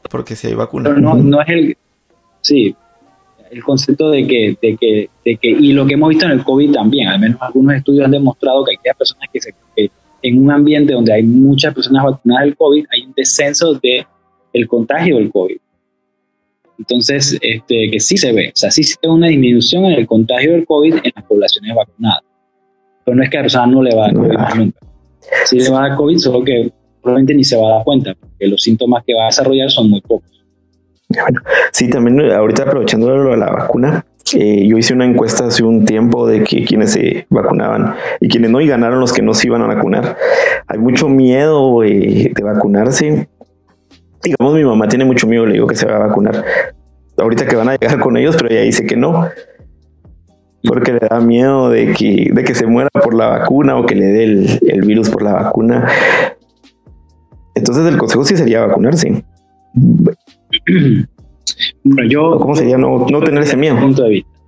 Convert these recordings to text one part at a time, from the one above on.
Porque si hay vacuna. Pero no es sí, el concepto de que, y lo que hemos visto en el COVID también, al menos algunos estudios han demostrado que aquellas personas que en un ambiente donde hay muchas personas vacunadas del COVID, hay un descenso de el contagio del COVID. Entonces, que sí se ve, o sea, sí se ve una disminución en el contagio del COVID en las poblaciones vacunadas. Pero no es que a la persona no le va a dar COVID más nunca. Sí le va a dar COVID, solo que probablemente ni se va a dar cuenta, porque los síntomas que va a desarrollar son muy pocos. Bueno, sí, también ahorita aprovechando lo de la vacuna, yo hice una encuesta hace un tiempo de que quienes se vacunaban y quienes no, y ganaron los que no se iban a vacunar. Hay mucho miedo de vacunarse. Digamos, mi mamá tiene mucho miedo, le digo que se va a vacunar. Ahorita que van a llegar con ellos, pero ella dice que no, porque le da miedo de que se muera por la vacuna o que le dé el virus por la vacuna. Entonces el consejo sí sería vacunarse. Bueno, ¿cómo sería no tener ese miedo? Punto de vista.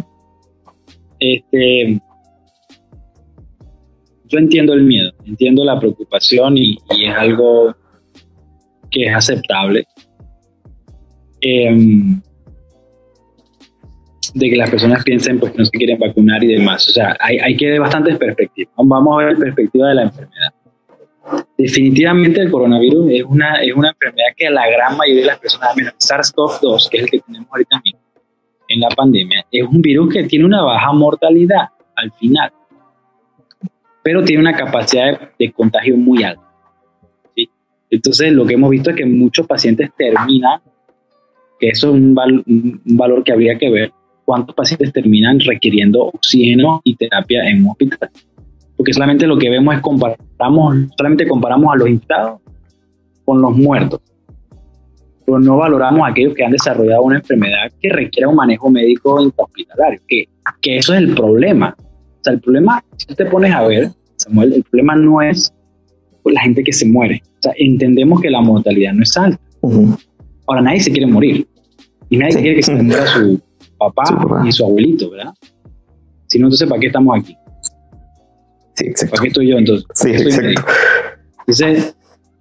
Yo entiendo el miedo, entiendo la preocupación y es algo que es aceptable, de que las personas piensen pues, que no se quieren vacunar y demás. O sea, hay que ver bastantes perspectivas. Vamos a ver la perspectiva de la enfermedad. Definitivamente el coronavirus es una enfermedad que a la gran mayoría de las personas, menos SARS-CoV-2, que es el que tenemos ahorita mismo en la pandemia, es un virus que tiene una baja mortalidad al final, pero tiene una capacidad de contagio muy alta. ¿Sí? Entonces lo que hemos visto es que muchos pacientes terminan, que eso es un valor que habría que ver, cuántos pacientes terminan requiriendo oxígeno y terapia en un hospital. Porque solamente lo que vemos es solamente comparamos a los infectados con los muertos. Pero no valoramos a aquellos que han desarrollado una enfermedad que requiera un manejo médico intrahospitalario, que eso es el problema. O sea, el problema, si tú te pones a ver, Samuel, el problema no es la gente que se muere. O sea, entendemos que la mortalidad no es alta. Ahora, nadie se quiere morir. Y nadie quiere que se muera su papá y su abuelito, ¿verdad? Si no, entonces, ¿para qué estamos aquí? Sí, exacto. ¿Para qué estoy yo entonces? Sí, exacto. Entonces,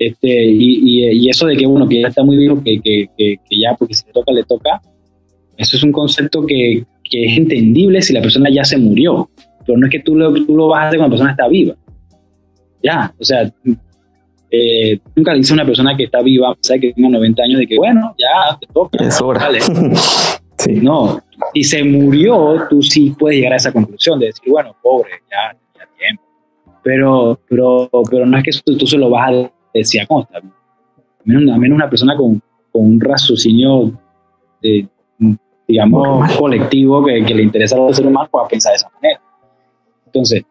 y eso de que, bueno, que ya está muy viejo, que ya porque si le toca, eso es un concepto que es entendible si la persona ya se murió, pero no es que tú lo vas a hacer cuando la persona está viva. Ya, o sea, nunca le dice a una persona que está viva, sabe que tenga 90 años, de que bueno, ya te toca. Es hora. Vale. Sí. No, si se murió, tú sí puedes llegar a esa conclusión de decir, bueno, pobre, ya tiempo. Pero no es que tú se lo vas a decir a consta. A menos una persona con un raciocinio, digamos, colectivo que le interesa a los seres humanos pueda pensar de esa manera. Entonces,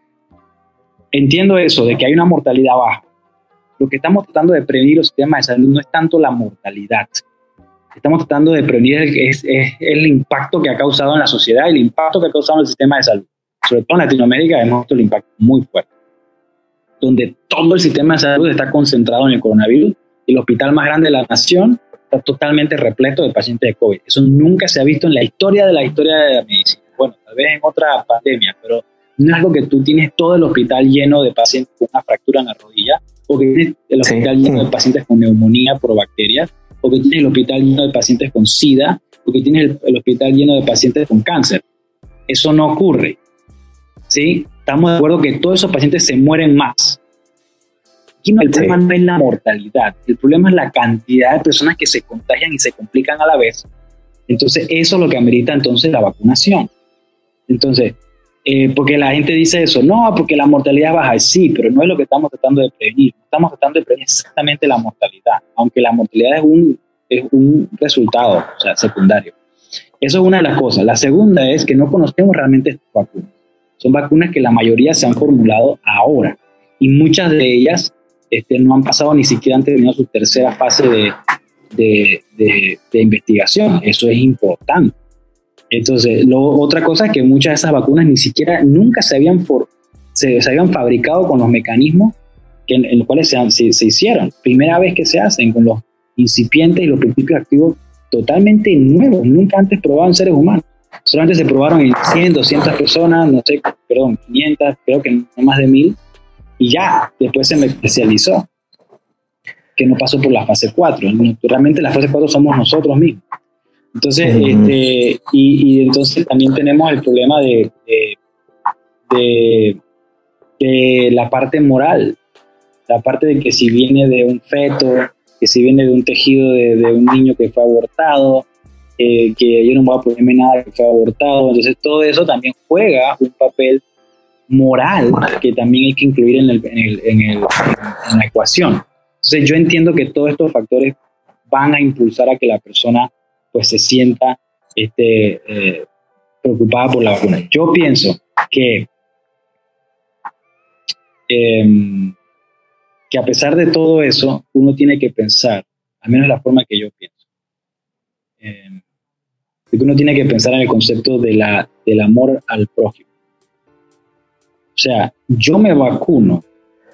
entiendo eso, de que hay una mortalidad baja. Lo que estamos tratando de prevenir los sistemas de salud no es tanto la mortalidad. Estamos tratando de prevenir el impacto que ha causado en la sociedad, el impacto que ha causado en el sistema de salud. Sobre todo en Latinoamérica hemos visto el impacto muy fuerte, donde todo el sistema de salud está concentrado en el coronavirus y el hospital más grande de la nación está totalmente repleto de pacientes de COVID. Eso nunca se ha visto en la historia de la medicina. Bueno, tal vez en otra pandemia, pero no es algo que tú tienes todo el hospital lleno de pacientes con una fractura en la rodilla, o que tienes el hospital lleno de pacientes con neumonía por bacterias, o que tienes el hospital lleno de pacientes con SIDA, o que tienes el hospital lleno de pacientes con cáncer. Eso no ocurre. ¿Sí? Estamos de acuerdo que todos esos pacientes se mueren más. Aquí el problema no es la mortalidad, el problema es la cantidad de personas que se contagian y se complican a la vez. Entonces eso es lo que amerita entonces la vacunación. Entonces, porque la gente dice eso, no, porque la mortalidad baja, sí, pero no es lo que estamos tratando de prevenir. Estamos tratando de prevenir exactamente la mortalidad, aunque la mortalidad es un resultado, o sea, secundario. Eso es una de las cosas. La segunda es que no conocemos realmente estas vacunas. Son vacunas que la mayoría se han formulado ahora y muchas de ellas no han pasado, ni siquiera han terminado su tercera fase de investigación. Eso es importante. Entonces, otra cosa es que muchas de esas vacunas nunca se habían fabricado con los mecanismos en los cuales se hicieron. Primera vez que se hacen con los incipientes y los principios activos totalmente nuevos, nunca antes probados en seres humanos. Solamente se probaron en 100, 200 personas, 500, creo que no más de 1000, y ya, después se me especializó. ¿Ok? que no pasó por la fase 4. Realmente la fase 4 somos nosotros mismos. Entonces, y entonces también tenemos el problema de la parte moral, la parte de que si viene de un feto, que si viene de un tejido de un niño que fue abortado, que yo no voy a ponerme nada que fue abortado. Entonces todo eso también juega un papel moral que también hay que incluir en la ecuación. Entonces yo entiendo que todos estos factores van a impulsar a que la persona pues se sienta preocupada por la vacuna. Yo pienso que a pesar de todo eso, uno tiene que pensar, al menos la forma que yo pienso, que uno tiene que pensar en el concepto del amor al prójimo. O sea, yo me vacuno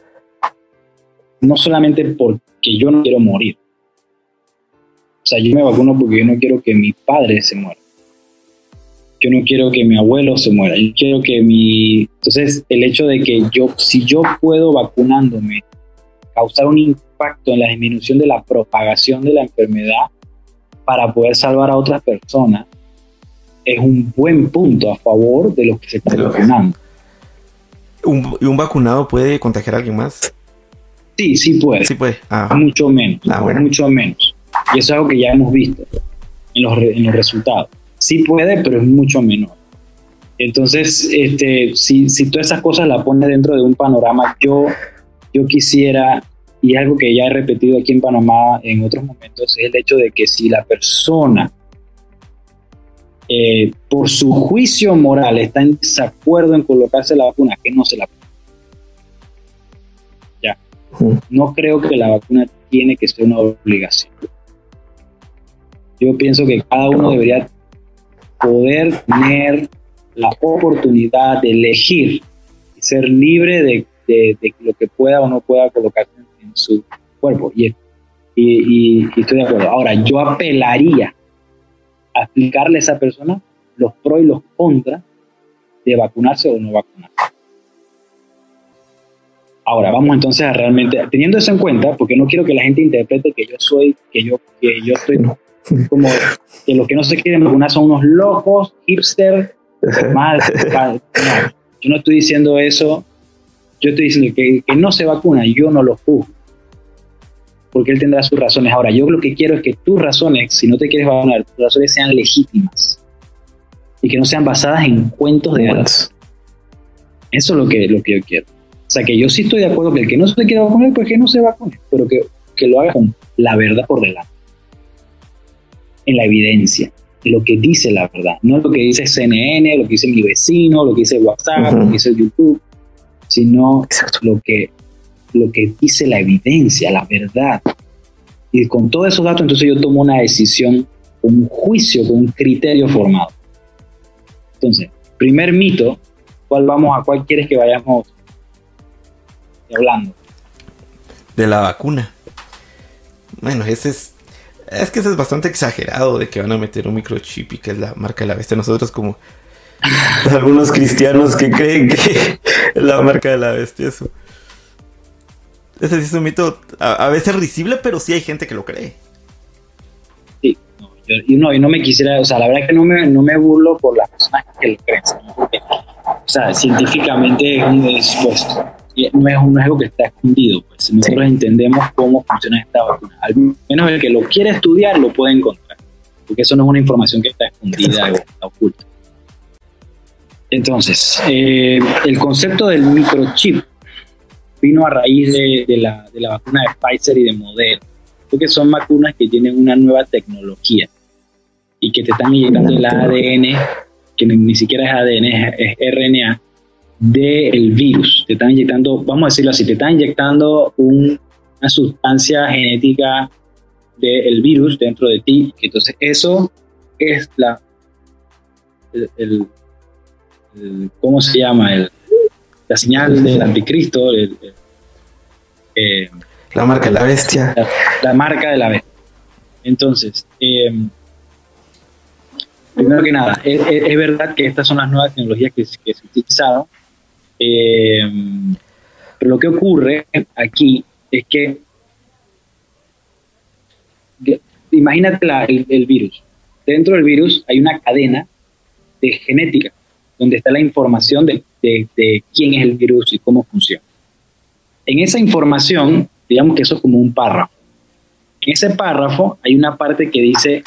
no solamente porque yo no quiero morir. O sea, yo me vacuno porque yo no quiero que mi padre se muera. Yo no quiero que mi abuelo se muera. Yo quiero que Entonces, el hecho de que si yo puedo vacunándome causar un impacto en la disminución de la propagación de la enfermedad para poder salvar a otras personas, es un buen punto a favor de los que se están vacunando. ¿Y un vacunado puede contagiar a alguien más? Sí puede. Sí puede. Mucho menos. Bueno. Mucho menos. Y eso es algo que ya hemos visto en los resultados. Sí puede, pero es mucho menor. Entonces, si todas esas cosas las pones dentro de un panorama, yo quisiera, y es algo que ya he repetido aquí en Panamá en otros momentos, es el hecho de que si la persona, por su juicio moral, está en desacuerdo en colocarse la vacuna, que no se la ponga. Ya. No creo que la vacuna tiene que ser una obligación. Yo pienso que cada uno debería poder tener la oportunidad de elegir y ser libre de lo que pueda o no pueda colocarse en su cuerpo. Y estoy de acuerdo. Ahora, yo apelaría a explicarle a esa persona los pros y los contras de vacunarse o no vacunarse. Ahora, vamos entonces a realmente, teniendo eso en cuenta, porque no quiero que la gente interprete que yo estoy como que los que no se quieren vacunar son unos locos, hipster, mal. No, yo no estoy diciendo eso. Yo estoy diciendo que no se vacuna, yo no lo juzgo, porque él tendrá sus razones. Ahora, yo lo que quiero es que tus razones, si no te quieres vacunar, tus razones sean legítimas y que no sean basadas en cuentos de hadas. Eso es lo que yo quiero. O sea, que yo sí estoy de acuerdo que el que no se quiera vacunar, pues que no se vacune, pero que lo haga con la verdad por delante, en la evidencia, en lo que dice la verdad, no lo que dice CNN, lo que dice mi vecino, lo que dice WhatsApp, lo que dice YouTube, sino lo que dice la evidencia, la verdad. Y con todos esos datos, entonces yo tomo una decisión con un juicio, con un criterio formado. Entonces, primer mito, ¿cuál quieres que vayamos hablando? De la vacuna. Bueno, que ese es bastante exagerado, de que van a meter un microchip y que es la marca de la bestia. Nosotros como algunos cristianos que creen que es la marca de la bestia, eso. Ese sí es un mito a veces risible, pero sí hay gente que lo cree. Sí, y no me quisiera, o sea, la verdad es que no me burlo por las personas que lo creen, ¿no? Porque, o sea, científicamente no es algo que está escondido, pues nosotros entendemos cómo funciona esta vacuna. Al menos el que lo quiere estudiar lo puede encontrar, porque eso no es una información que está escondida o está oculta. Entonces, el concepto del microchip vino a raíz de la vacuna de Pfizer y de Moderna, porque son vacunas que tienen una nueva tecnología y que te están inyectando el ADN, que ni siquiera es ADN, es RNA, del virus. Te están inyectando, vamos a decirlo así, te están inyectando una sustancia genética del virus dentro de ti. Entonces eso es ¿cómo se llama? La señal del anticristo, la marca de la bestia. La marca de la bestia. Entonces, primero que nada, es verdad que estas son las nuevas tecnologías que se utilizaron, pero lo que ocurre aquí es que imagínate el virus. Dentro del virus hay una cadena de genética, donde está la información de quién es el virus y cómo funciona. En esa información, digamos que eso es como un párrafo. En ese párrafo hay una parte que dice,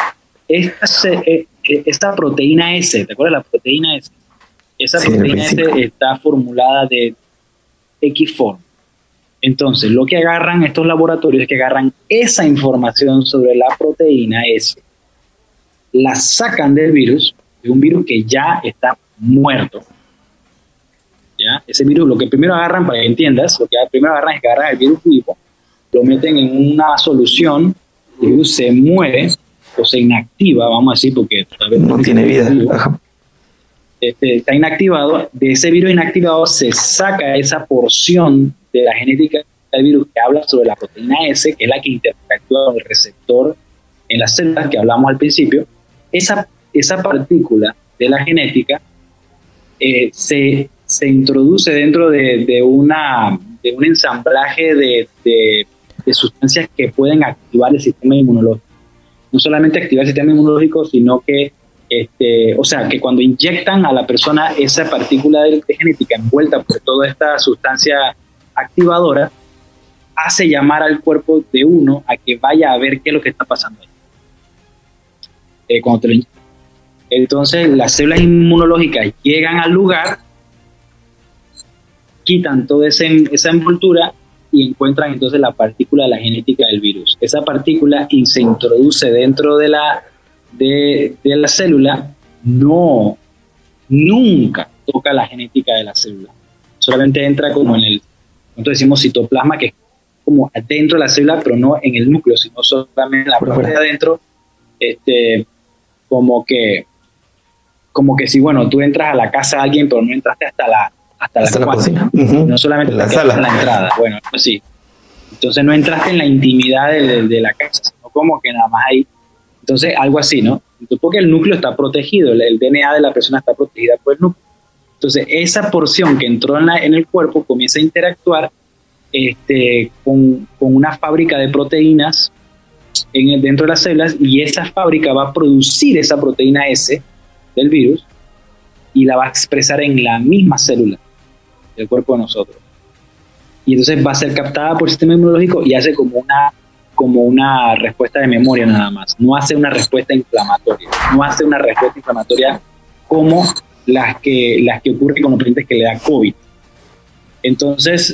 esta proteína S, ¿te acuerdas de la proteína S? Esa proteína S está formulada de X forma. Entonces, lo que agarran estos laboratorios es que agarran esa información sobre la proteína S, la sacan del virus, de un virus que ya está muerto. ¿Ya? Ese virus, lo que primero agarran, para que entiendas, lo que primero agarran es que agarran el virus vivo, lo meten en una solución, el virus se muere o se inactiva, vamos a decir, porque tal vez no tiene vida. Ajá. Está inactivado. De ese virus inactivado se saca esa porción de la genética del virus que habla sobre la proteína S, que es la que interactúa con el receptor en las células que hablamos al principio. Esa partícula de la genética se introduce dentro de un ensamblaje de sustancias que pueden activar el sistema inmunológico. No solamente activar el sistema inmunológico, sino que o sea, que cuando inyectan a la persona esa partícula de genética envuelta por toda esta sustancia activadora, hace llamar al cuerpo de uno a que vaya a ver qué es lo que está pasando ahí. Cuando te lo inyectan. Entonces, las células inmunológicas llegan al lugar, quitan toda esa envoltura y encuentran entonces la partícula de la genética del virus. Esa partícula se introduce dentro de la célula, nunca toca la genética de la célula. Solamente entra como nosotros decimos citoplasma, que es como adentro de la célula, pero no en el núcleo, sino solamente en la parte de adentro, como que si, bueno, tú entras a la casa de alguien, pero no entraste hasta la cocina. No solamente la sala. En la entrada. Bueno, pues sí. Entonces no entraste en la intimidad de la casa, sino como que nada más ahí. Entonces, algo así, ¿no? Entonces, porque el núcleo está protegido, el DNA de la persona está protegida por el núcleo. Entonces, esa porción que entró en el cuerpo comienza a interactuar con una fábrica de proteínas dentro de las células, y esa fábrica va a producir esa proteína S del virus y la va a expresar en la misma célula del cuerpo de nosotros. Y entonces va a ser captada por el sistema inmunológico y hace como una respuesta de memoria nada más. No hace una respuesta inflamatoria. No hace una respuesta inflamatoria como las que ocurren con los pacientes que le da COVID. Entonces,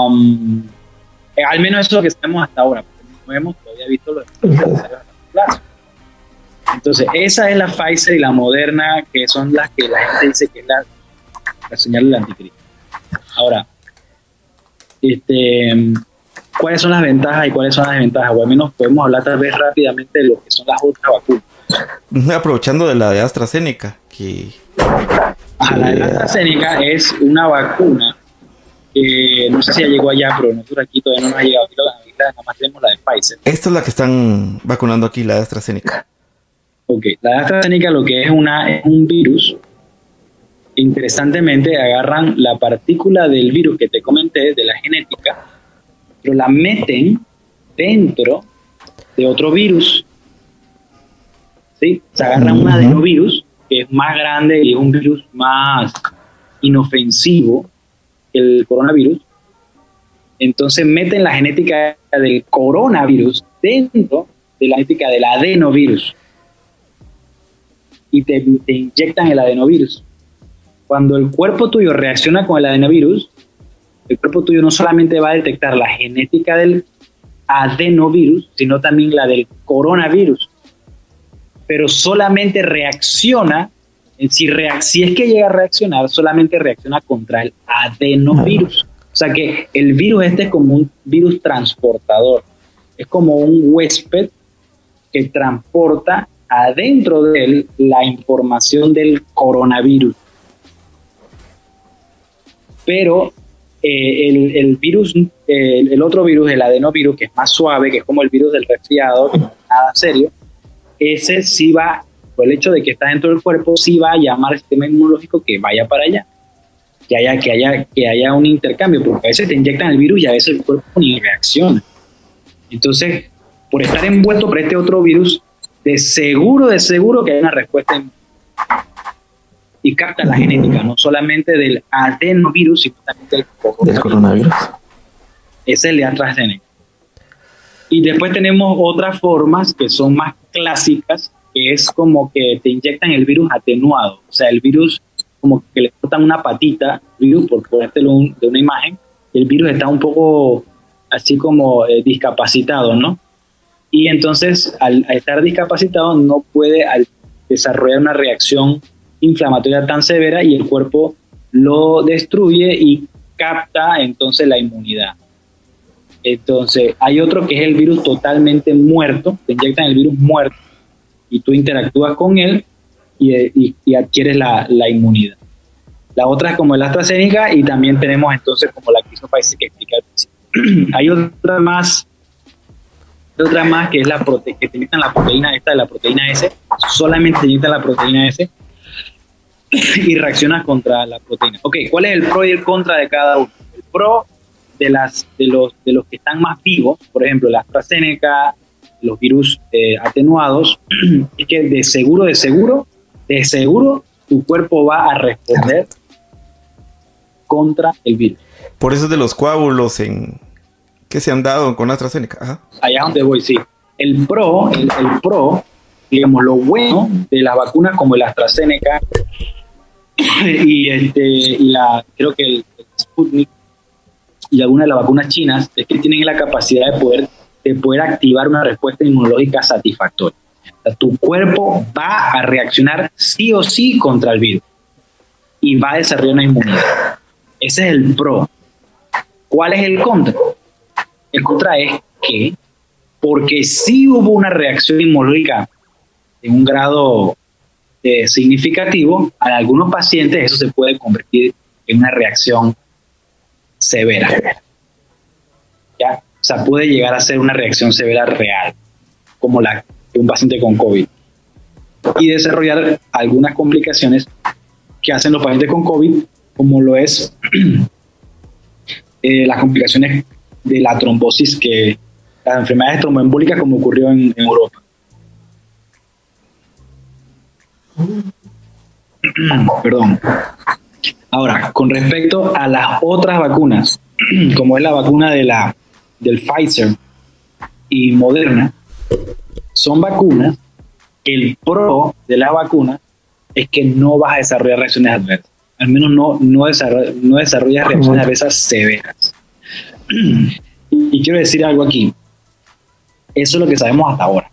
al menos eso es lo que sabemos hasta ahora, porque no hemos todavía visto los efectos necesarios a largo plazo. Entonces, esa es la Pfizer y la Moderna, que son las que la gente dice que es la señal del anticristo. Ahora, ¿cuáles son las ventajas y cuáles son las desventajas? O al menos podemos hablar tal vez rápidamente de lo que son las otras vacunas. Aprovechando de la de AstraZeneca, la de AstraZeneca es una vacuna que no sé si ya llegó allá, pero nosotros aquí todavía no nos ha llegado. Nada más tenemos la de Pfizer. Esta es la que están vacunando aquí, la de AstraZeneca. Ok, la de AstraZeneca lo que es un virus. Interesantemente, agarran la partícula del virus que te comenté, de la genética, pero la meten dentro de otro virus. ¿Sí? Se agarran un adenovirus, que es más grande y es un virus más inofensivo que el coronavirus. Entonces meten la genética del coronavirus dentro de la genética del adenovirus y te inyectan el adenovirus. Cuando el cuerpo tuyo reacciona con el adenovirus, el cuerpo tuyo no solamente va a detectar la genética del adenovirus, sino también la del coronavirus. Pero solamente reacciona, si es que llega a reaccionar, solamente reacciona contra el adenovirus. O sea que el virus es como un virus transportador. Es como un huésped que transporta adentro de él la información del coronavirus. Pero el virus, el otro virus, el adenovirus, que es más suave, que es como el virus del resfriado, que no es nada serio, ese sí va, por el hecho de que está dentro del cuerpo, sí va a llamar al sistema inmunológico que vaya para allá, que haya un intercambio, porque a veces te inyectan el virus y a veces el cuerpo ni reacciona. Entonces, por estar envuelto por este otro virus, de seguro que hay una respuesta y capta la genética, no solamente del adenovirus, sino también del coronavirus. Ese es el de AstraZeneca. Y después tenemos otras formas que son más clásicas, que es como que te inyectan el virus atenuado. O sea, el virus como que le cortan una patita al virus, por ponértelo de una imagen, y el virus está un poco así como discapacitado, ¿no? Y entonces, al estar discapacitado, no puede desarrollar una reacción inflamatoria tan severa y el cuerpo lo destruye y capta entonces la inmunidad. Entonces, hay otro que es el virus totalmente muerto, te inyectan el virus muerto y tú interactúas con él y adquieres la inmunidad. La otra es como el AstraZeneca y también tenemos entonces como la que hizo Pfizer que explica al principio. Hay otra más que es que te inyectan la proteína esta de la proteína S, solamente te inyectan la proteína S y reaccionas contra la proteína. Ok, ¿cuál es el pro y el contra de cada uno? El pro de los que están más vivos, por ejemplo, la AstraZeneca, los virus atenuados, es que de seguro, tu cuerpo va a responder contra el virus. Por eso es de los coágulos que se han dado con AstraZeneca. Ajá. Allá es donde voy, sí. El pro, digamos, lo bueno de las vacunas como el AstraZeneca creo que el Sputnik y algunas de las vacunas chinas es que tienen la capacidad de poder activar una respuesta inmunológica satisfactoria. O sea, tu cuerpo va a reaccionar sí o sí contra el virus y va a desarrollar una inmunidad. Ese es el pro. ¿Cuál es el contra? El contra es que, porque sí hubo una reacción inmunológica en un grado significativo, a algunos pacientes eso se puede convertir en una reacción severa. ¿Ya? O sea, puede llegar a ser una reacción severa real, como la de un paciente con COVID. Y desarrollar algunas complicaciones que hacen los pacientes con COVID, como lo es las complicaciones de la trombosis, las enfermedades tromboembólicas como ocurrió en Europa. Perdón. Ahora, con respecto a las otras vacunas, como es la vacuna del Pfizer y Moderna, son vacunas que el pro de las vacunas es que no vas a desarrollar reacciones adversas. Al menos no desarrollas reacciones adversas severas. Y quiero decir algo aquí. Eso es lo que sabemos hasta ahora.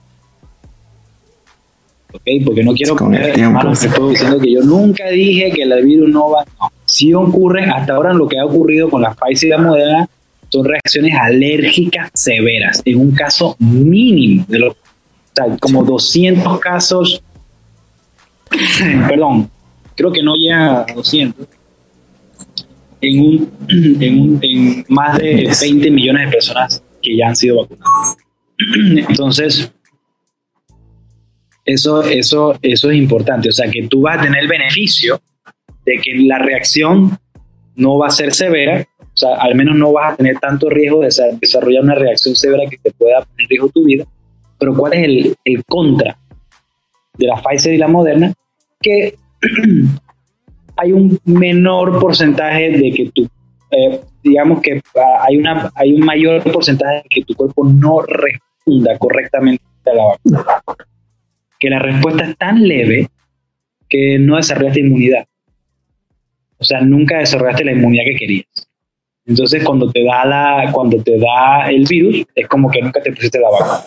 ¿Okay? Porque no quiero poner manos en el fuego diciendo que yo nunca dije que el virus no va. No. Sí ocurre, hasta ahora lo que ha ocurrido con la Pfizer y la Moderna son reacciones alérgicas severas, en un caso mínimo, o sea, como 200 casos, perdón, creo que no llega a 200, en más de 20 millones de personas que ya han sido vacunadas. Entonces, eso es importante, o sea, que tú vas a tener el beneficio de que la reacción no va a ser severa, o sea, al menos no vas a tener tanto riesgo de desarrollar una reacción severa que te pueda poner en riesgo tu vida. Pero ¿cuál es el contra de la Pfizer y la Moderna? Que hay un menor porcentaje de que digamos que hay un mayor porcentaje de que tu cuerpo no responda correctamente a la vacuna. Que la respuesta es tan leve que no desarrollaste inmunidad. O sea, nunca desarrollaste la inmunidad que querías. Entonces, cuando te da el virus, es como que nunca te pusiste la vacuna.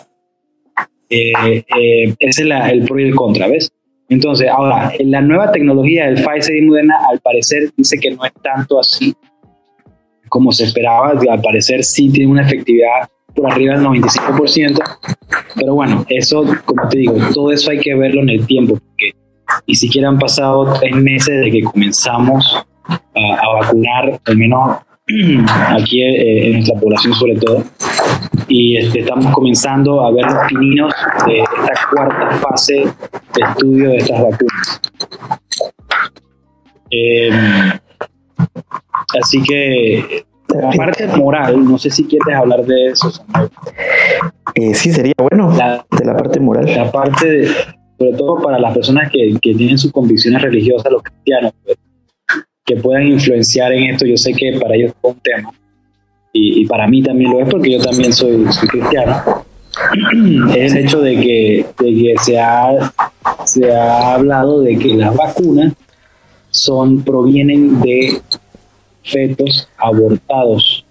Ese es el pro y el contra, ¿ves? Entonces, ahora, la nueva tecnología del Pfizer y Moderna, al parecer, dice que no es tanto así como se esperaba. Al parecer, sí tiene una efectividad por arriba del 95%. Pero bueno, eso, como te digo, todo eso hay que verlo en el tiempo, porque ni siquiera han pasado 3 meses de que comenzamos a vacunar, al menos aquí en nuestra población sobre todo, y estamos comenzando a ver los pininos de esta cuarta fase de estudio de estas vacunas. Así que La parte moral, no sé si quieres hablar de eso, Samuel. Sí, sería bueno, de la parte moral. La parte, sobre todo para las personas que tienen sus convicciones religiosas, los cristianos, pues, que puedan influenciar en esto. Yo sé que para ellos es un tema, y para mí también lo es, porque yo también soy cristiano. Es el hecho de que se ha hablado de que las vacunas provienen de fetos abortados.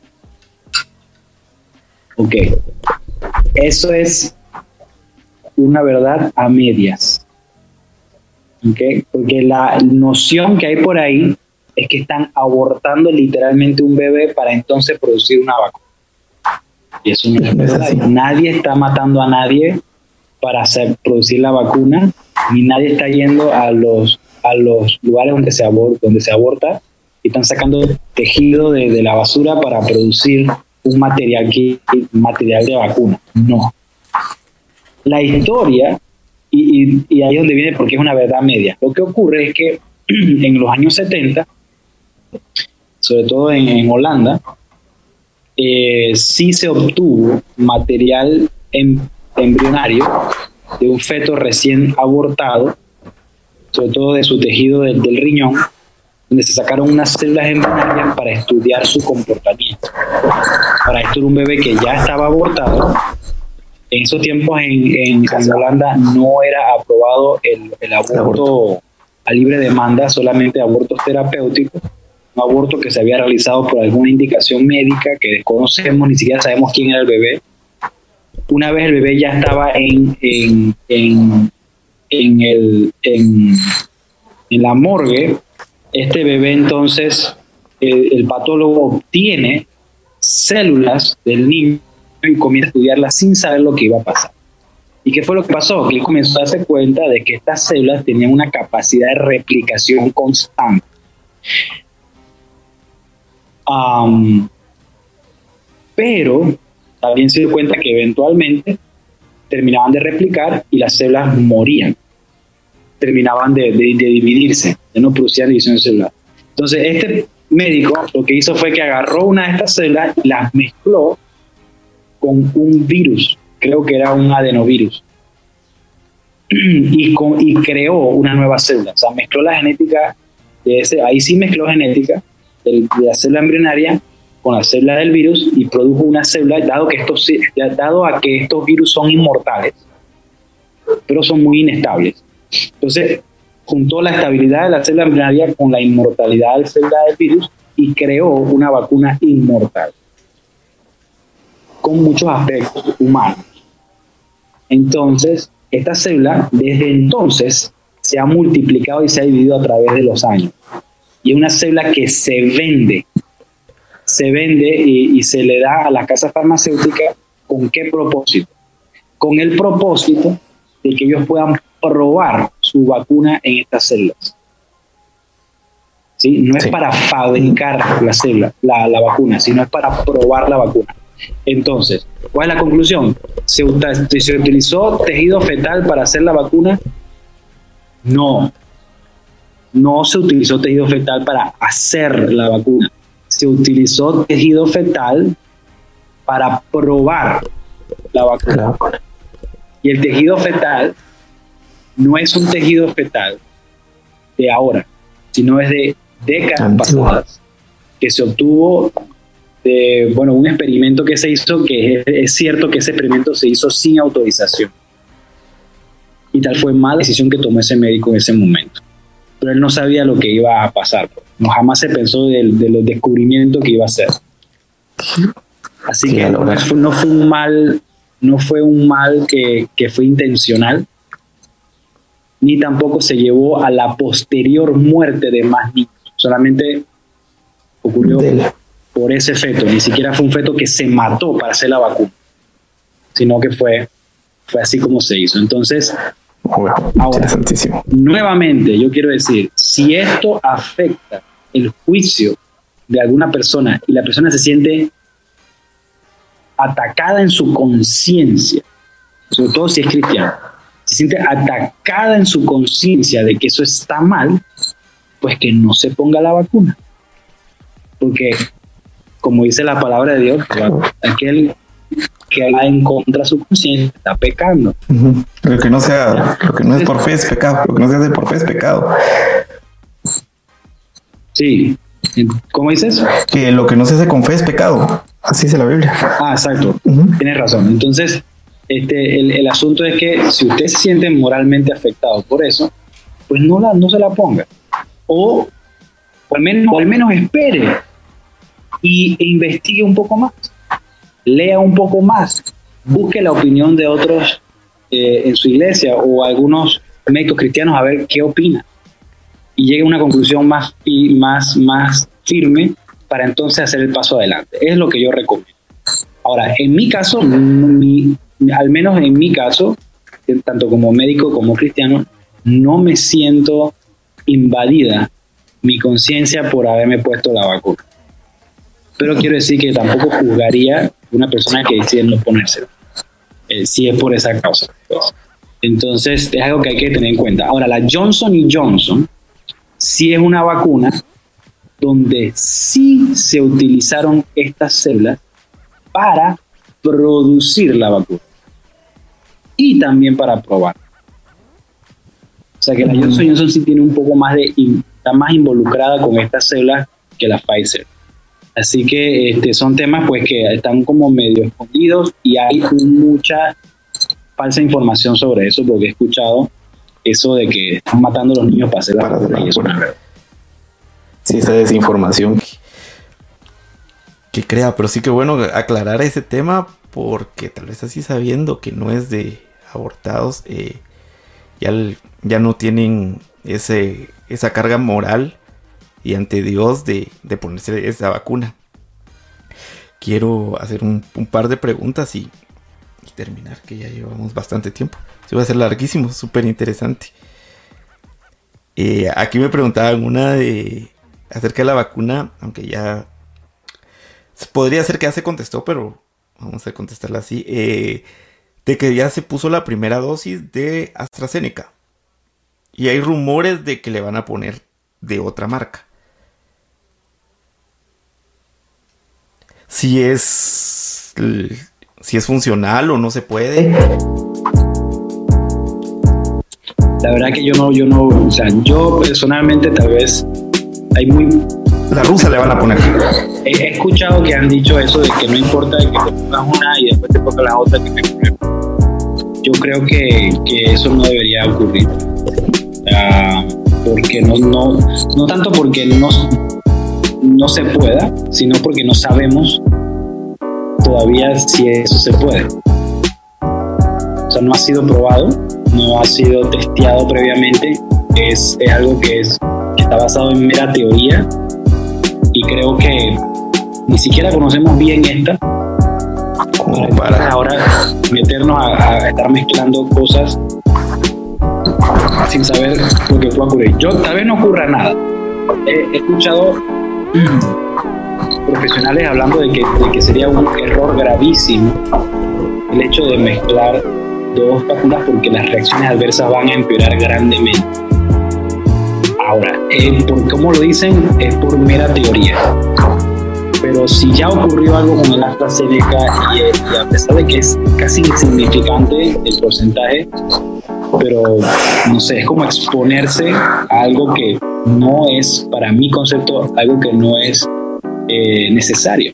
Ok, eso es una verdad a medias. Okay, porque la noción que hay por ahí es que están abortando literalmente un bebé para entonces producir una vacuna. Y eso no es verdad. Nadie está matando a nadie para producir la vacuna, ni nadie está yendo a los lugares donde se aborta y están sacando tejido de la basura para producir un material de vacuna. No. La historia, y ahí es donde viene porque es una verdad media. Lo que ocurre es que en los años 70, sobre todo en Holanda, sí se obtuvo material embrionario de un feto recién abortado, sobre todo de su tejido del riñón, donde se sacaron unas células embrionarias para estudiar su comportamiento. Para esto era un bebé que ya estaba abortado. En esos tiempos en Holanda no era aprobado el aborto a libre demanda, solamente abortos terapéuticos, un aborto que se había realizado por alguna indicación médica que desconocemos, ni siquiera sabemos quién era el bebé. Una vez el bebé ya estaba en la morgue, este bebé entonces, el patólogo obtiene células del niño y comienza a estudiarlas sin saber lo que iba a pasar. ¿Y qué fue lo que pasó? Que él comenzó a darse cuenta de que estas células tenían una capacidad de replicación constante. Pero también se dio cuenta que eventualmente terminaban de replicar y las células morían. Terminaban de dividirse, ya no producían división celular. Entonces este médico lo que hizo fue que agarró una de estas células y las mezcló con un virus, creo que era un adenovirus, y creó una nueva célula. O sea, mezcló la genética ahí sí mezcló genética de la célula embrionaria con la célula del virus y produjo una célula, dado a que estos virus son inmortales, pero son muy inestables. Entonces, juntó la estabilidad de la célula embrionaria con la inmortalidad de la célula del virus y creó una vacuna inmortal con muchos aspectos humanos. Entonces, esta célula desde entonces se ha multiplicado y se ha dividido a través de los años. Y es una célula que se vende y se le da a las casas farmacéuticas. ¿Con qué propósito? Con el propósito de que ellos puedan probar su vacuna en estas células. ¿Sí? No es para fabricar la célula, la vacuna, sino es para probar la vacuna. Entonces, ¿cuál es la conclusión? ¿Se utilizó tejido fetal para hacer la vacuna? No. No se utilizó tejido fetal para hacer la vacuna. Se utilizó tejido fetal para probar la vacuna. Y el tejido fetal no es un tejido fetal de ahora, sino es de décadas pasadas, que se obtuvo de un experimento que se hizo, que es cierto que ese experimento se hizo sin autorización. Y tal fue mala decisión que tomó ese médico en ese momento. Pero él no sabía lo que iba a pasar. No, jamás se pensó de los descubrimientos que iba a hacer. Así que no fue un mal que fue intencional, ni tampoco se llevó a la posterior muerte de más niños. Solamente ocurrió por ese feto. Ni siquiera fue un feto que se mató para hacer la vacuna, sino que fue así como se hizo. Entonces, ahora, nuevamente, yo quiero decir, si esto afecta el juicio de alguna persona y la persona se siente atacada en su conciencia, sobre todo si es cristiano, se siente atacada en su conciencia de que eso está mal, pues que no se ponga la vacuna. Porque como dice la palabra de Dios, aquel que va en contra de su conciencia está pecando. Lo que no es por fe es pecado. Lo que no se hace por fe es pecado. Sí. ¿Cómo dices? Que lo que no se hace con fe es pecado. Así dice la Biblia. Exacto. Tienes razón. Entonces, el asunto es que si usted se siente moralmente afectado por eso, pues no se la ponga. O al menos espere e investigue un poco más. Lea un poco más. Busque la opinión de otros en su iglesia o algunos médicos cristianos a ver qué opinan. Y llegue a una conclusión más firme para entonces hacer el paso adelante. Es lo que yo recomiendo. Ahora, en mi caso, al menos en mi caso, tanto como médico como cristiano, no me siento invadida mi conciencia por haberme puesto la vacuna. Pero quiero decir que tampoco juzgaría a una persona que decide no ponérsela, si es por esa causa. Entonces, es algo que hay que tener en cuenta. Ahora, la Johnson & Johnson sí es una vacuna donde sí se utilizaron estas células para producir la vacuna y también para probar. O sea que la Johnson & Johnson sí tiene un poco más está más involucrada con estas células que la Pfizer. Así que son temas pues que están como medio escondidos y hay mucha falsa información sobre eso, porque he escuchado eso de que están matando a los niños para hacer la vacuna y eso no es verdad. Sí, esa desinformación. Que crea, pero sí que bueno aclarar ese tema, porque tal vez así sabiendo que no es de abortados, ya no tienen esa carga moral y ante Dios de ponerse esa vacuna. Quiero hacer un par de preguntas y terminar, que ya llevamos bastante tiempo. Se va a ser larguísimo, súper interesante. Aquí me preguntaban una acerca de la vacuna, aunque ya podría ser que ya se contestó, pero vamos a contestarla así. De que ya se puso la primera dosis de AstraZeneca. Y hay rumores de que le van a poner de otra marca. Si es funcional o no se puede. La verdad que yo personalmente tal vez la rusa le van a poner. He escuchado que han dicho eso de que no importa que te pongas una y después te pongas la otra, que no hay problema. Yo creo que eso no debería ocurrir. Porque no tanto porque no se pueda, sino porque no sabemos todavía si eso se puede. O sea, no ha sido probado, no ha sido testeado previamente, es algo que está basado en mera teoría y creo que ni siquiera conocemos bien esta para ahora meternos a estar mezclando cosas sin saber lo que puede ocurrir. Tal vez no ocurra nada. He escuchado profesionales hablando de que sería un error gravísimo el hecho de mezclar dos vacunas porque las reacciones adversas van a empeorar grandemente. Ahora, por cómo lo dicen, es por mera teoría. Pero si ya ocurrió algo con el AstraZeneca y a pesar de que es casi insignificante el porcentaje, pero no sé, es como exponerse a algo que no es, para mi concepto, algo que no es necesario.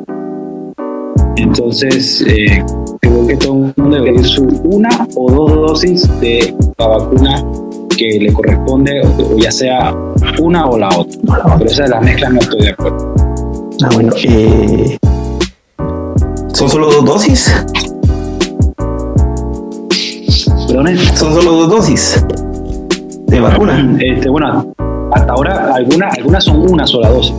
Entonces, creo que todo el mundo debe ir su 1 o 2 dosis de la vacuna que le corresponde, o ya sea una o la otra. Pero esa de las mezclas no estoy de acuerdo. Bueno, ¿son solo 2 dosis? ¿Perdón? Son solo 2 dosis de vacuna. Bueno, hasta ahora algunas son una sola dosis.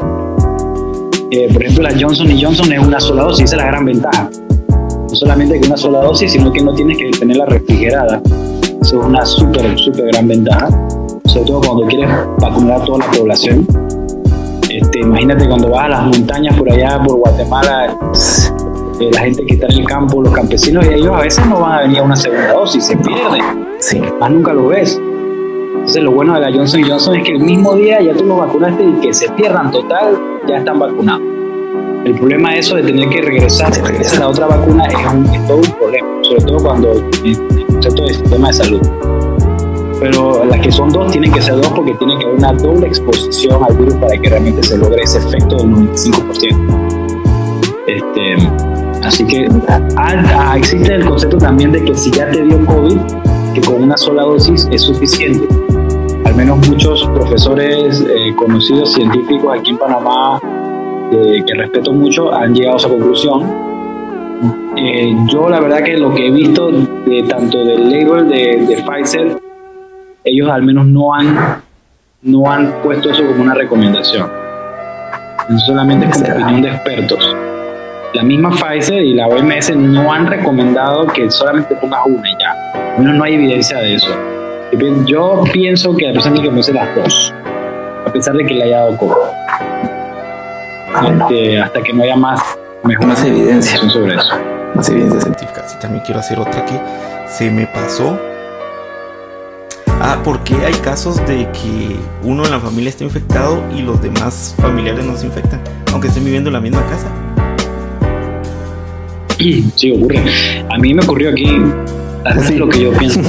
Por ejemplo, la Johnson & Johnson es una sola dosis, esa es la gran ventaja. No solamente que una sola dosis, sino que no tienes que tenerla refrigerada. Eso es una súper gran ventaja, sobre todo cuando quieres vacunar a toda la población. Imagínate cuando vas a las montañas por allá, por Guatemala, la gente que está en el campo, los campesinos, y ellos a veces no van a venir a una segunda dosis, se pierden. Sí. Más nunca lo ves. Entonces lo bueno de la Johnson & Johnson es que el mismo día ya tú los vacunaste y que se pierdan total, ya están vacunados. El problema de eso de tener que regresar a la otra vacuna es todo un problema, sobre todo cuando el concepto de sistema de salud. Pero las que son 2 tienen que ser 2 porque tiene que haber una doble exposición al virus para que realmente se logre ese efecto del 95%. Así que existe el concepto también de que si ya te dio COVID, que con una sola dosis es suficiente. Al menos muchos profesores conocidos científicos aquí en Panamá, que respeto mucho, han llegado a esa conclusión. Yo la verdad que lo que he visto tanto del label de Pfizer, ellos al menos no han puesto eso como una recomendación. Solamente es como opinión de expertos. La misma Pfizer y la OMS no han recomendado que solamente pongas una y ya. Al menos no hay evidencia de eso. Yo pienso que la persona tiene que ponerse las 2, a pesar de que le haya dado COVID. Hasta que no haya más evidencia sobre eso. Más evidencia científica. Sí, también quiero hacer otra que se me pasó. Porque hay casos de que uno en la familia está infectado y los demás familiares no se infectan, aunque estén viviendo en la misma casa. Sí, ocurre. A mí me ocurrió aquí, así es lo que yo pienso.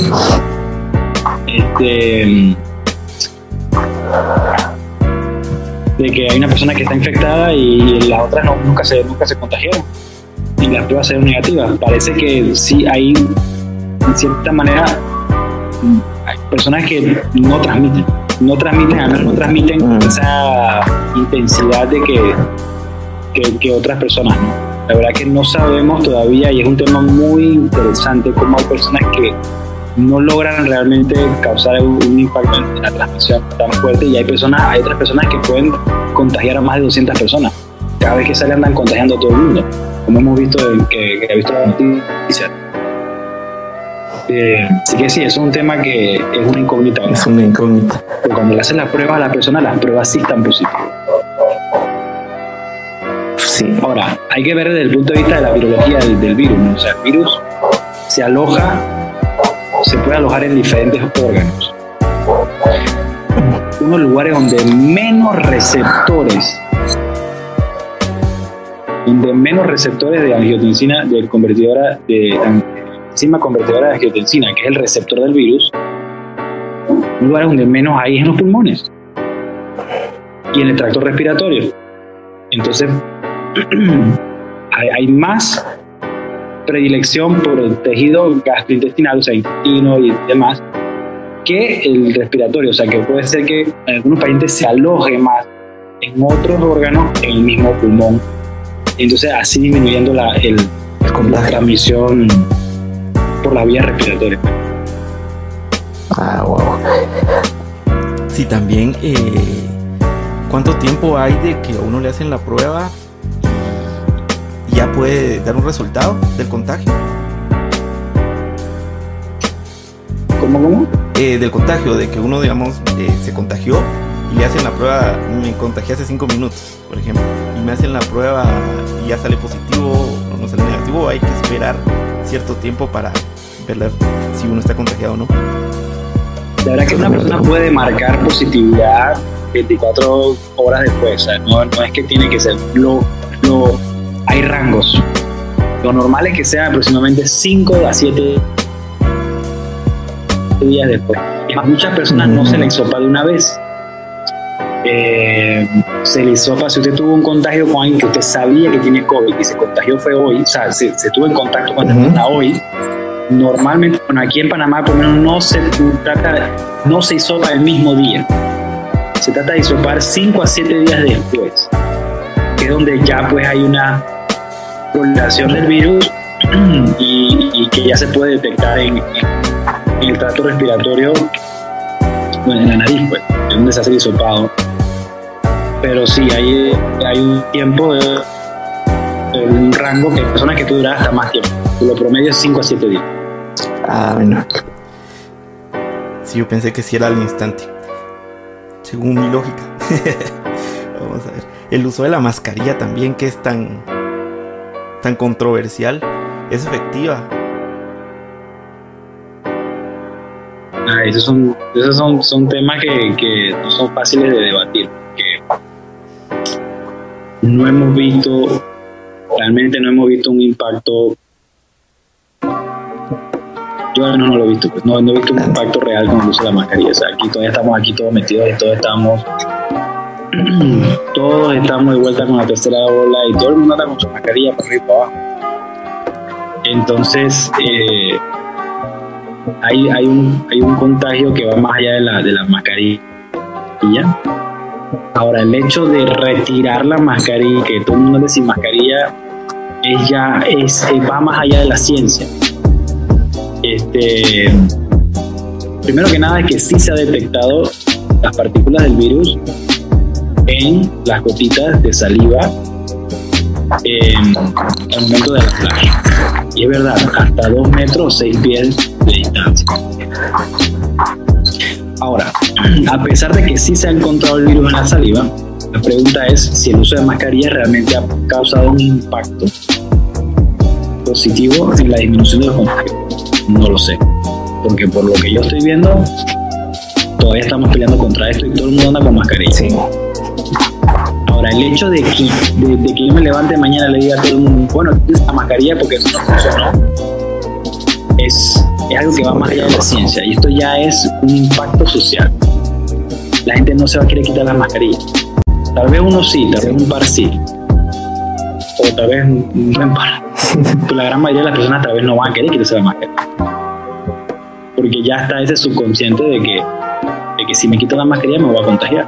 De que hay una persona que está infectada y las otras nunca se contagiaron y las pruebas salieron negativas. Parece que sí hay, en cierta manera, hay personas que no transmiten, al menos no transmiten esa intensidad de que otras personas no. La verdad que no sabemos todavía, y es un tema muy interesante, cómo hay personas que no logran realmente causar un impacto en la transmisión tan fuerte, y hay otras personas que pueden contagiar a más de 200 personas. Cada vez que salen andan contagiando a todo el mundo, como hemos visto que ha visto la noticia. Así que sí, es un tema que es una incógnita. Es una incógnita. Pero cuando le hacen las pruebas a la persona, las pruebas sí están positivas. Sí. Ahora, hay que ver desde el punto de vista de la virología del virus, ¿no? O sea, el virus se puede alojar en diferentes órganos. Unos lugares donde menos receptores de angiotensina, de enzima convertidora de angiotensina, que es el receptor del virus, lugares donde menos hay es en los pulmones y en el tracto respiratorio. Entonces, hay más predilección por el tejido gastrointestinal, o sea, intestino y demás, que el respiratorio. O sea, que puede ser que en algunos pacientes se aloje más en otros órganos en el mismo pulmón. Entonces, así disminuyendo la transmisión por la vía respiratoria. Wow. Sí, también, ¿cuánto tiempo hay de que a uno le hacen la prueba y ya puede dar un resultado del contagio? ¿Cómo? Del contagio, de que uno, digamos, se contagió y le hacen la prueba. Me contagié hace 5 minutos, por ejemplo, y me hacen la prueba y ya sale positivo o no sale negativo. Hay que esperar cierto tiempo para ver si uno está contagiado o no. La verdad que una persona puede marcar positividad 24 horas después. O sea, no es que tiene que ser. Hay rangos. Lo normal es que sea aproximadamente 5 a 7 días después. Muchas personas no se le hisopa de una vez. Se le hisopa si usted tuvo un contagio con alguien que usted sabía que tiene COVID y se contagió fue hoy, o sea, se tuvo en contacto con la persona hoy. Normalmente, bueno, aquí en Panamá por lo menos no se hisopa el mismo día. Se trata de hisopar 5 a 7 días después, que es donde ya pues hay una proliferación del virus y que ya se puede detectar en el tracto respiratorio, bueno, en la nariz, pues, es donde se hace el hisopado. Pero sí, hay un tiempo, un rango que hay personas que puede durar hasta más tiempo. Lo promedio es 5 a 7 días. Bueno. Sí, yo pensé que sí era al instante, según mi lógica. Vamos a ver. El uso de la mascarilla también, que es tan controversial, ¿es efectiva? Esos son temas que no son fáciles de debatir, porque no hemos visto realmente no hemos visto un impacto. Yo no lo he visto, pues. No he visto un impacto real con el uso de la mascarilla. O sea, aquí todavía estamos aquí todos metidos y todos estamos de vuelta con la tercera ola y todo el mundo anda con su mascarilla para arriba y para abajo. Entonces hay un contagio que va más allá de la mascarilla. Ahora, el hecho de retirar la mascarilla, que todo el mundo ande sin mascarilla, va más allá de la ciencia. Primero que nada es que sí se ha detectado las partículas del virus en las gotitas de saliva en el momento de la playa. Y es verdad, hasta 2 metros o 6 pies de distancia. Ahora, a pesar de que sí se ha encontrado el virus en la saliva, la pregunta es si el uso de mascarilla realmente ha causado un impacto positivo en la disminución de los contagios. No lo sé, porque por lo que yo estoy viendo, todavía estamos peleando contra esto y todo el mundo anda con mascarilla. Sí. Ahora, el hecho de que yo me levante mañana y le diga a todo el mundo, bueno, tienes la mascarilla porque eso no funcionó, es algo que va más allá de la ciencia, y esto ya es un impacto social. La gente no se va a querer quitar las mascarillas. Tal vez uno sí, tal vez un par sí, o tal vez un buen par. Pero la gran mayoría de las personas tal vez no van a querer quitarse la mascarilla, porque ya está ese subconsciente de que si me quito la mascarilla me voy a contagiar,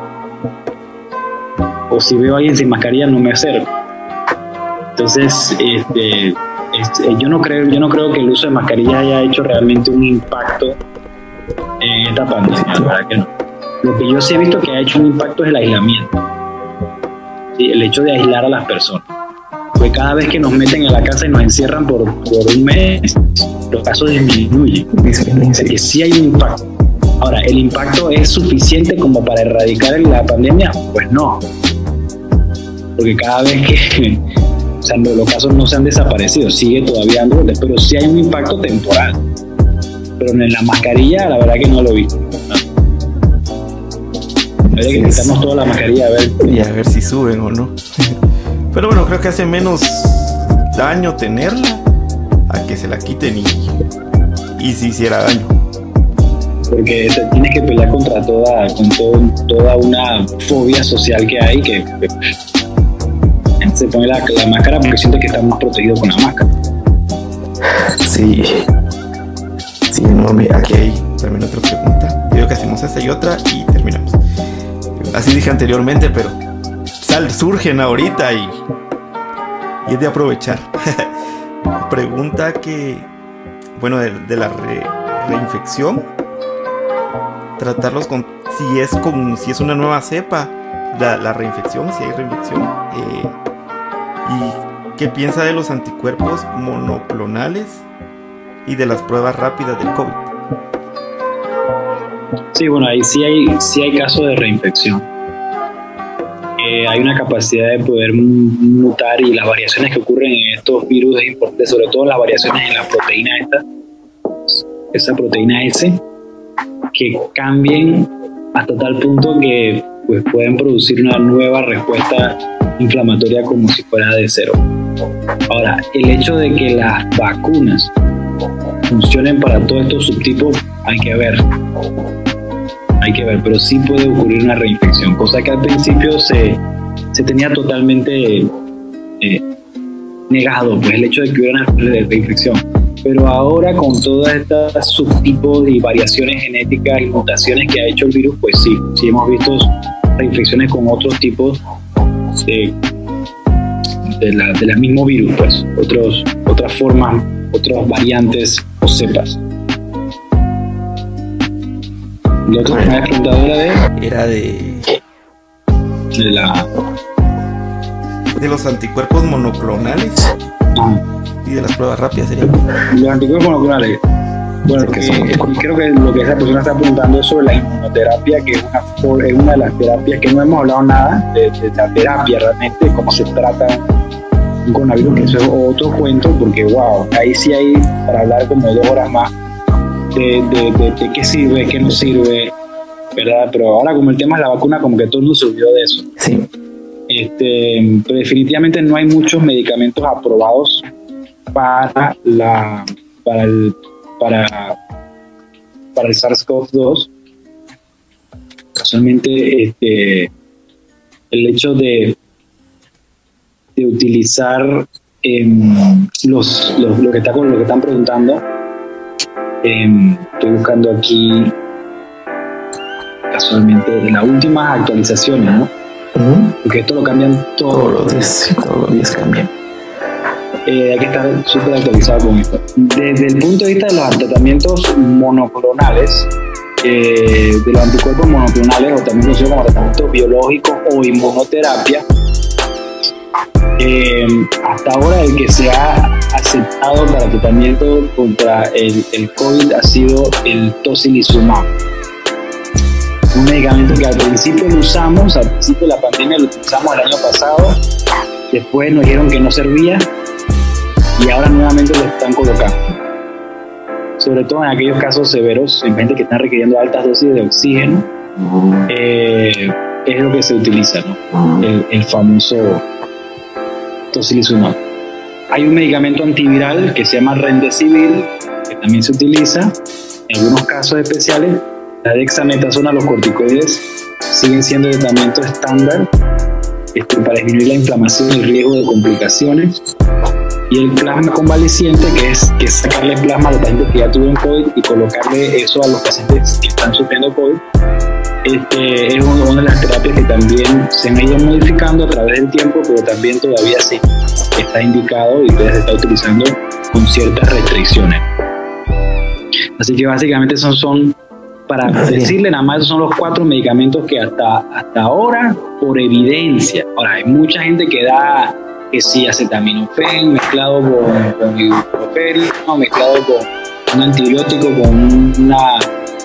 o si veo a alguien sin mascarilla no me acerco. Entonces yo no creo que el uso de mascarilla haya hecho realmente un impacto en esta pandemia, la verdad que no. Lo que yo sí he visto que ha hecho un impacto es el aislamiento, ¿sí? El hecho de aislar a las personas, porque cada vez que nos meten en la casa y nos encierran por un mes, los casos disminuyen. O sea que sí hay un impacto. Ahora, ¿el impacto es suficiente como para erradicar la pandemia? Pues no, porque cada vez que o sea, los casos no se han desaparecido, sigue todavía dando, pero sí hay un impacto temporal. Pero en la mascarilla, la verdad que no lo he visto. Habría que quitarnos toda la mascarilla y a ver si suben o no. Pero bueno, creo que hace menos daño tenerla a que se la quiten y si hiciera daño. Porque tienes que pelear contra toda una fobia social que hay, que se pone la máscara porque siente que está más protegido con la máscara. Sí, no, aquí hay también otra pregunta. Digo que hacemos esta y otra y terminamos. Así dije anteriormente, pero surgen ahorita y es de aprovechar. Pregunta que, bueno, de la reinfección, tratarlos con si es una nueva cepa, la reinfección, si hay reinfección, y qué piensa de los anticuerpos monoclonales y de las pruebas rápidas del COVID. Sí, bueno, ahí sí hay casos de reinfección. Hay una capacidad de poder mutar, y las variaciones que ocurren en estos virus es importante, sobre todo las variaciones en la proteína esa proteína S, que cambien hasta tal punto que pues pueden producir una nueva respuesta inflamatoria como si fuera de cero. Ahora, el hecho de que las vacunas funcionen para todos estos subtipos hay que ver, pero sí puede ocurrir una reinfección, cosa que al principio se tenía totalmente negado, pues el hecho de que hubiera una reinfección. Pero ahora, con todas estas subtipos y variaciones genéticas y mutaciones que ha hecho el virus, pues sí hemos visto reinfecciones con otros tipos de la mismo virus, pues otras formas, otras variantes o cepas. ¿Y otra que me habías preguntado era de los anticuerpos monoclonales? Y de las pruebas rápidas sería. Los anticuerpos monoclonales. Bueno, creo que lo que esa persona está preguntando es sobre la inmunoterapia, que es una de las terapias que no hemos hablado nada de la terapia realmente, de cómo se trata un coronavirus, que eso es otro cuento, porque wow, ahí sí hay para hablar como 2 horas más de qué sirve, qué no sirve, ¿verdad? Pero ahora, como el tema es la vacuna, como que todo el mundo se olvidó de eso. Sí. Pero definitivamente no hay muchos medicamentos aprobados para el SARS-CoV-2. Casualmente, el hecho de utilizar lo que están preguntando, estoy buscando aquí casualmente las últimas actualizaciones, ¿no? Porque esto lo cambian todos los días cambian. Hay que estar súper actualizado con esto. Desde el punto de vista de los tratamientos monoclonales, de los anticuerpos monoclonales, o también conocidos como tratamientos biológicos o inmunoterapia, hasta ahora el que se ha aceptado para tratamiento contra el COVID ha sido el tocilizumab, un medicamento que al principio lo usamos, al principio de la pandemia lo utilizamos el año pasado, después nos dijeron que no servía y ahora nuevamente lo están colocando, sobre todo en aquellos casos severos, en gente que están requiriendo altas dosis de oxígeno. Es lo que se utiliza, ¿no? El famoso tocilizumab. Hay un medicamento antiviral que se llama Remdesivir, que también se utiliza en algunos casos especiales. La dexametasona, los corticoides siguen siendo el tratamiento estándar para disminuir la inflamación y el riesgo de complicaciones. Y el plasma convaleciente, que es sacarle plasma a los pacientes que ya tuvieron COVID y colocarle eso a los pacientes que están sufriendo COVID, es una de las terapias que también se han ido modificando a través del tiempo, pero también todavía sí está indicado y se está utilizando con ciertas restricciones. Así que básicamente esos son, para decirle nada más, esos son los 4 medicamentos que hasta ahora, por evidencia. Ahora, hay mucha gente que da que sí, acetaminofén mezclado con ibuprofeno, mezclado con un antibiótico, con una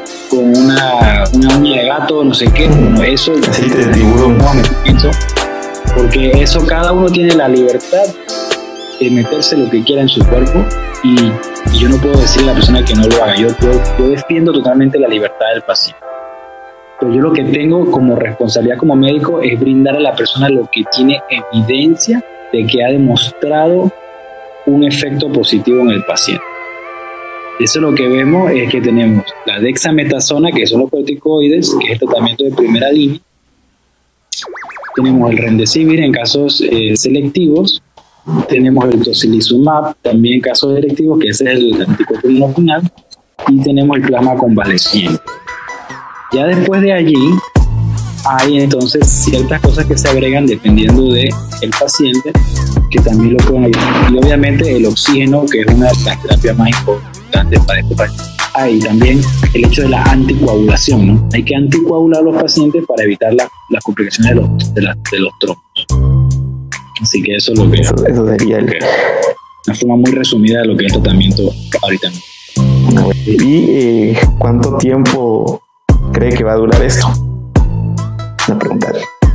uña de gato, no sé qué. Bueno, eso aceite de tiburón. No me pienso, porque eso cada uno tiene la libertad de meterse lo que quiera en su cuerpo y yo no puedo decirle a la persona que no lo haga. Yo defiendo totalmente la libertad del paciente. Pero yo lo que tengo como responsabilidad como médico es brindar a la persona lo que tiene evidencia de que ha demostrado un efecto positivo en el paciente. Eso lo que vemos es que tenemos la dexametasona, que son los corticoides, que es el tratamiento de primera línea. Tenemos el Remdesivir en casos selectivos. Tenemos el tocilizumab, también en casos selectivos, que ese es el anticuerpo monoclonal. Y tenemos el plasma convaleciente. Ya después de allí, hay entonces ciertas cosas que se agregan dependiendo del paciente, que también lo pueden ayudar. Y obviamente el oxígeno, que es una de las terapias más importantes para este paciente. Y también el hecho de la anticoagulación, ¿no? Hay que anticoagular a los pacientes para evitar las complicaciones de los trombos. Así que eso es lo que... Eso sería una forma muy resumida de lo que es el tratamiento ahorita. ¿Y cuánto tiempo cree que va a durar esto? Una pregunta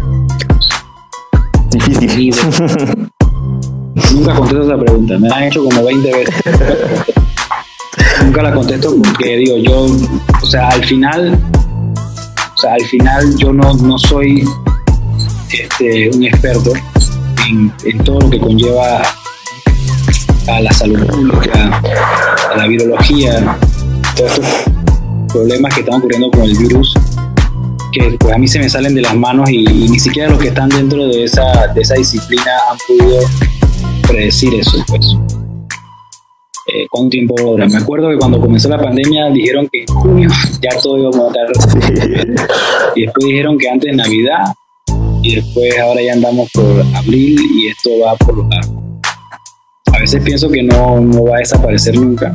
difícil. Nunca contesto esa pregunta, me la han hecho como 20 veces. Nunca la contesto porque digo yo, al final yo no soy un experto en todo lo que conlleva a la salud pública, a la virología, todos estos problemas que están ocurriendo con el virus, que pues a mí se me salen de las manos y ni siquiera los que están dentro de esa disciplina han podido predecir eso, pues. ¿Cuánto tiempo dura? Me acuerdo que cuando comenzó la pandemia dijeron que en junio ya todo iba a estar, y después dijeron que antes de Navidad, y después ahora ya andamos por abril y esto va por lo largo. A veces pienso que no va a desaparecer nunca,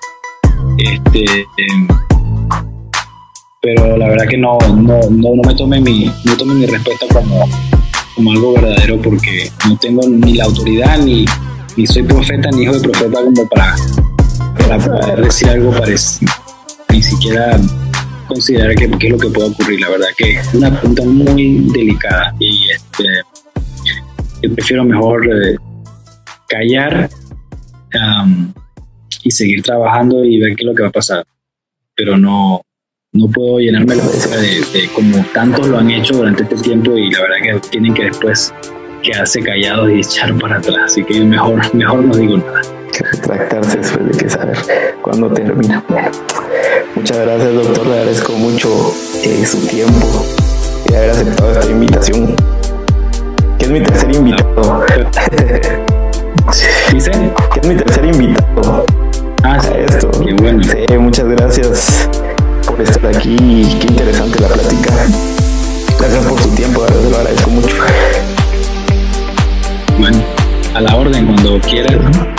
pero la verdad que no me tome mi respuesta como algo verdadero, porque no tengo ni la autoridad ni soy profeta ni hijo de profeta como para poder decir algo parecido, ni siquiera considerar qué es lo que puede ocurrir. La verdad que es una pregunta muy delicada y yo prefiero mejor callar y seguir trabajando y ver qué es lo que va a pasar, pero no no puedo llenarme la boca de como tantos lo han hecho durante este tiempo, y la verdad que tienen que después quedarse callados y echar para atrás. Así que mejor no digo nada. Que retractarse después de que saber cuándo termina. Bueno, muchas gracias, doctor. Le agradezco mucho su tiempo y haber aceptado esta invitación, que es mi tercer invitado. ¿Dice? Que es mi tercer invitado a esto. Qué bueno. Sí, muchas gracias por estar aquí. Qué interesante la plática. Gracias por su tiempo, de verdad, se lo agradezco mucho. Bueno, a la orden, cuando quieras.